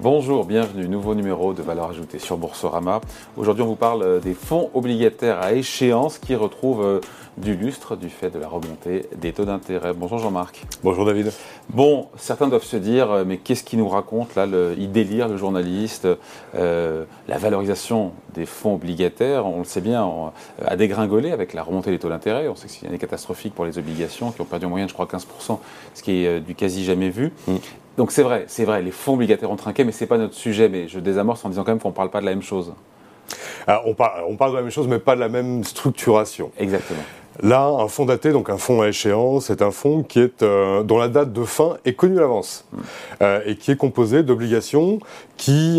Bonjour, bienvenue, nouveau numéro de Valeurs Ajoutées sur Boursorama. Aujourd'hui, on vous parle des fonds obligataires à échéance qui retrouvent du lustre du fait de la remontée des taux d'intérêt. Bonjour Jean-Marc. Bonjour David. Bon, certains doivent se dire, mais qu'est-ce qu'il nous raconte là, il délire le journaliste, la valorisation des fonds obligataires, on le sait bien, a dégringolé avec la remontée des taux d'intérêt. On sait que c'est une année catastrophique pour les obligations qui ont perdu en moyenne, je crois, 15%, ce qui est du quasi jamais vu. Donc c'est vrai, les fonds obligataires ont trinqué, mais ce n'est pas notre sujet. Mais je désamorce en disant quand même qu'on ne parle pas de la même chose. Alors, on parle de la même chose, mais pas de la même structuration. Exactement. Là, un fonds daté, donc un fonds à échéance, c'est un fonds qui est, dont la date de fin est connue à l'avance et qui est composé d'obligations qui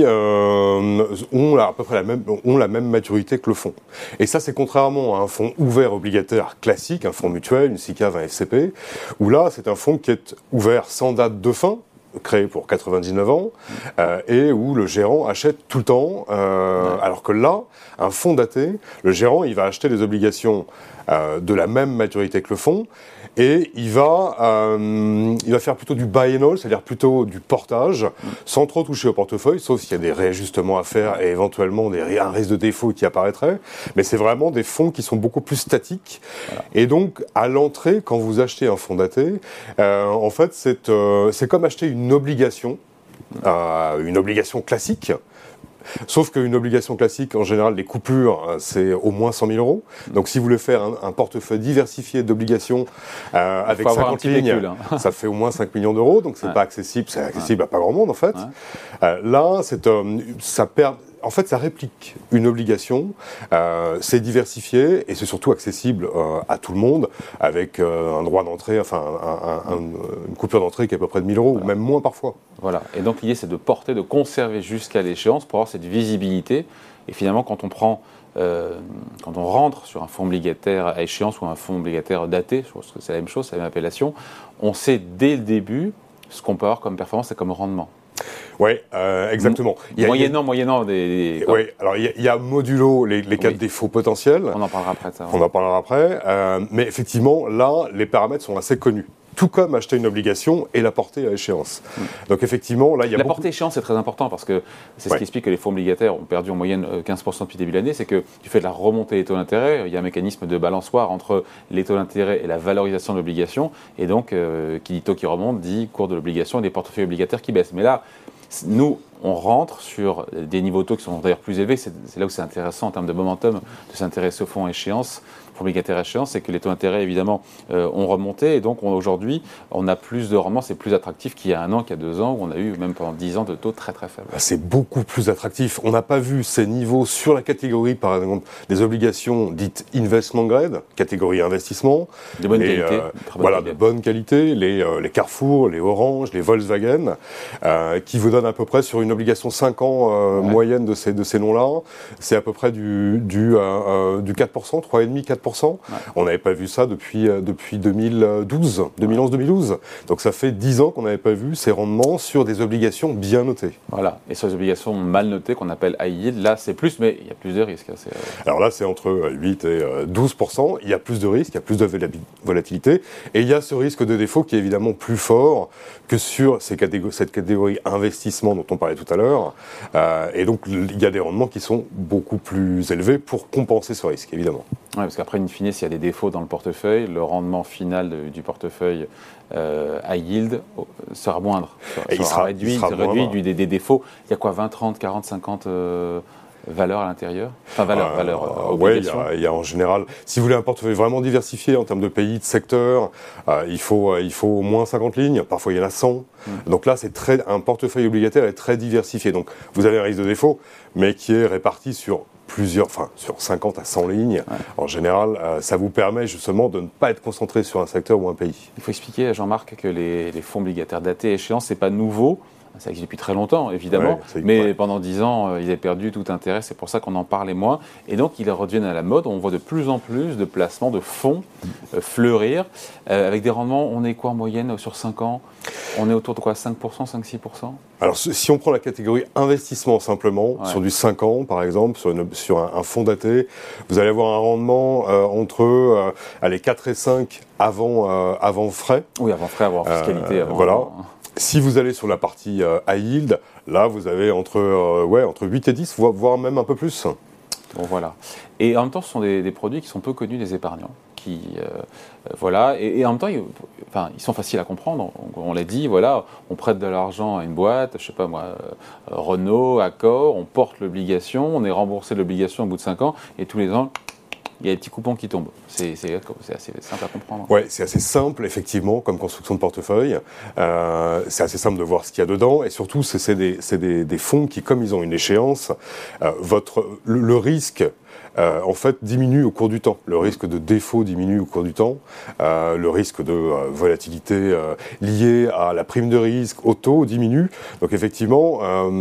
ont à peu près la même maturité que le fonds. Et ça, c'est contrairement à un fonds ouvert obligataire classique, un fonds mutuel, une SICAV, un FCP, où là, c'est un fonds qui est ouvert sans date de fin, créé pour 99 ans, et où le gérant achète tout le temps, alors que là, un fonds daté, le gérant, il va acheter des obligations de la même maturité que le fonds, et il va faire plutôt du buy and hold, c'est-à-dire plutôt du portage, sans trop toucher au portefeuille, sauf s'il y a des réajustements à faire et éventuellement un risque de défaut qui apparaîtrait. Mais c'est vraiment des fonds qui sont beaucoup plus statiques. Voilà. Et donc, à l'entrée, quand vous achetez un fonds daté, en fait, c'est comme acheter une obligation classique. Sauf qu'une obligation classique, en général, les coupures, c'est au moins 100 000 euros. Donc, si vous voulez faire un portefeuille diversifié d'obligations avec 50 lignes, ça fait au moins 5 millions d'euros. Donc, c'est pas accessible. C'est accessible à pas grand monde, en fait. Là, en fait, ça réplique une obligation, c'est diversifié et c'est surtout accessible à tout le monde avec un droit d'entrée, enfin une coupure d'entrée qui est à peu près de 1 000 euros ou même moins parfois. Voilà, et donc l'idée c'est de conserver jusqu'à l'échéance pour avoir cette visibilité. Et finalement, quand on rentre sur un fonds obligataire à échéance ou un fonds obligataire daté, je pense que c'est la même chose, c'est la même appellation, on sait dès le début ce qu'on peut avoir comme performance et comme rendement. Oui, exactement. Moyennant des... Oui, alors il y a modulo les cas de défaut potentiels. On en parlera après de ça. On en parlera après. Mais effectivement, là, les paramètres sont assez connus. Tout comme acheter une obligation et la porter à échéance. Donc effectivement, là, il y a portée à échéance, c'est très important parce que c'est ce qui explique que les fonds obligataires ont perdu en moyenne 15% depuis le début de l'année. C'est que du fait de la remontée des taux d'intérêt, il y a un mécanisme de balançoire entre les taux d'intérêt et la valorisation de l'obligation. Et donc, qui dit taux qui remonte, dit cours de l'obligation et des portefeuilles obligataires qui baissent. Mais là, nous, on rentre sur des niveaux de taux qui sont d'ailleurs plus élevés. C'est là où c'est intéressant en termes de momentum de s'intéresser aux fonds à échéance. Fonds obligataires à échéance, c'est que les taux d'intérêt, évidemment, ont remonté. Et donc, aujourd'hui, on a plus de rendement. C'est plus attractif qu'il y a 1 an, qu'il y a 2 ans, où on a eu, même pendant 10 ans, de taux très, très faibles. C'est beaucoup plus attractif. On n'a pas vu ces niveaux sur la catégorie, par exemple, des obligations dites investment grade, catégorie investissement. De bonne qualité. De bonne qualité. Les Carrefour, les Orange, les Volkswagen, qui vous donnent à peu près sur une obligation 5 ans moyenne de ces noms-là. C'est à peu près du 4%, 3,5%, 4%. On n'avait pas vu ça depuis 2011-2012. Donc ça fait 10 ans qu'on n'avait pas vu ces rendements sur des obligations bien notées. Voilà, et sur les obligations mal notées qu'on appelle high yield, là c'est plus, mais il y a plus de risques. Alors là c'est entre 8 et 12%, il y a plus de risques, il y a plus de volatilité, et il y a ce risque de défaut qui est évidemment plus fort que sur cette catégorie investissement dont on parlait tout à l'heure. Et donc il y a des rendements qui sont beaucoup plus élevés pour compenser ce risque, évidemment. Oui, parce qu'après, in fine, s'il y a des défauts dans le portefeuille, le rendement final du portefeuille high yield sera moindre. Il sera réduit des défauts. Il y a quoi, 20, 30, 40, 50 valeurs à l'intérieur? Enfin, valeurs obligations. Oui, il y a en général, si vous voulez un portefeuille vraiment diversifié en termes de pays, de secteur, il faut au moins 50 lignes. Parfois, il y en a 100. Donc là, un portefeuille obligataire est très diversifié. Donc, vous avez un risque de défaut, mais qui est réparti sur sur 50 à 100 lignes, en général, ça vous permet justement de ne pas être concentré sur un secteur ou un pays. Il faut expliquer à Jean-Marc que les fonds obligataires datés à échéance, c'est pas nouveau. Ça existe depuis très longtemps, évidemment, mais pendant 10 ans, ils avaient perdu tout intérêt, c'est pour ça qu'on en parlait moins. Et donc, ils reviennent à la mode, on voit de plus en plus de placements de fonds fleurir, avec des rendements, on est quoi en moyenne sur 5 ans? On est autour de quoi, 5%, 5-6%? Alors, si on prend la catégorie investissement simplement, sur du 5 ans par exemple, sur un fonds daté, vous allez avoir un rendement entre 4 et 5 avant frais. Oui, avant frais, avant fiscalité. Voilà. Si vous allez sur la partie high yield, là, vous avez entre 8 et 10, voire même un peu plus. Bon, voilà. Et en même temps, ce sont des produits qui sont peu connus des épargnants. Voilà. Et en même temps, ils sont faciles à comprendre. On l'a dit, voilà, on prête de l'argent à une boîte, je sais pas moi, Renault, Accor, on porte l'obligation, on est remboursé de l'obligation au bout de 5 ans, et tous les ans, il y a des petits coupons qui tombent. C'est assez simple à comprendre. Oui, c'est assez simple, effectivement, comme construction de portefeuille. C'est assez simple de voir ce qu'il y a dedans. Et surtout, c'est des fonds qui, comme ils ont une échéance, le risque, en fait, diminue au cours du temps. Le risque de défaut diminue au cours du temps. Le risque de volatilité liée à la prime de risque, au taux, diminue. Donc, effectivement,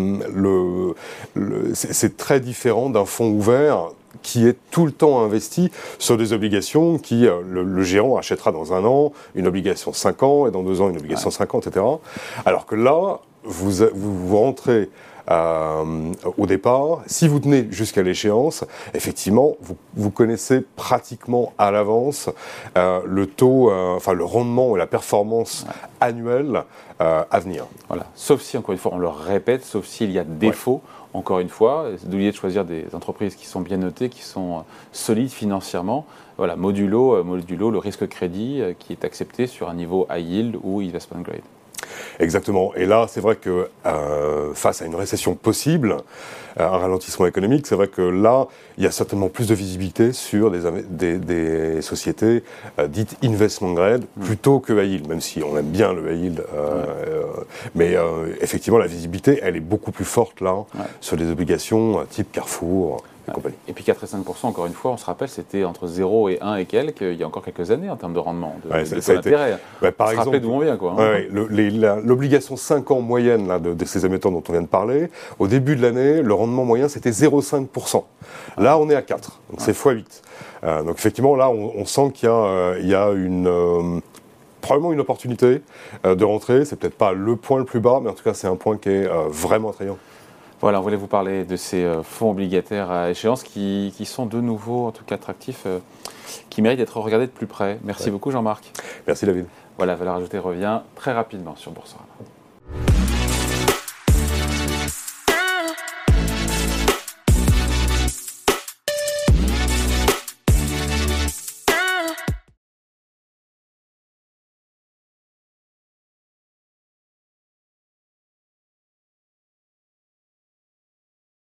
c'est très différent d'un fonds ouvert qui est tout le temps investi sur des obligations qui, le gérant achètera dans 1 an une obligation 5 ans et dans 2 ans une obligation 5 ans, etc. Alors que là, vous rentrez au départ, si vous tenez jusqu'à l'échéance, effectivement, vous connaissez pratiquement à l'avance le taux, le rendement et la performance annuelle à venir. Voilà. Sauf si, encore une fois, on le répète, sauf s'il y a défaut. Encore une fois, d'oublier de choisir des entreprises qui sont bien notées, qui sont solides financièrement. Voilà, modulo le risque crédit qui est accepté sur un niveau high yield ou investment grade. Exactement. Et là, c'est vrai que face à une récession possible, un ralentissement économique, c'est vrai que là, il y a certainement plus de visibilité sur des sociétés dites investment grade plutôt que high yield, même si on aime bien le high yield. Mais effectivement, la visibilité, elle est beaucoup plus forte là sur des obligations type Carrefour. Et puis 4 et 5%, encore une fois, on se rappelle, c'était entre 0 et 1 et quelques, il y a encore quelques années en termes de rendement, de taux d'intérêt. Par exemple, rappelez d'où on vient, quoi. L'obligation 5 ans moyenne là, de ces émetteurs dont on vient de parler, au début de l'année, le rendement moyen, c'était 0,5%. Là, on est à 4, donc c'est x8. Donc effectivement, là, on sent qu'il y a probablement une opportunité de rentrer. C'est peut-être pas le point le plus bas, mais en tout cas, c'est un point qui est vraiment attrayant. Voilà, on voulait vous parler de ces fonds obligataires à échéance qui sont de nouveau, en tout cas attractifs, qui méritent d'être regardés de plus près. Merci beaucoup Jean-Marc. Merci David. Voilà, Valeur Ajoutée revient très rapidement sur Boursorama.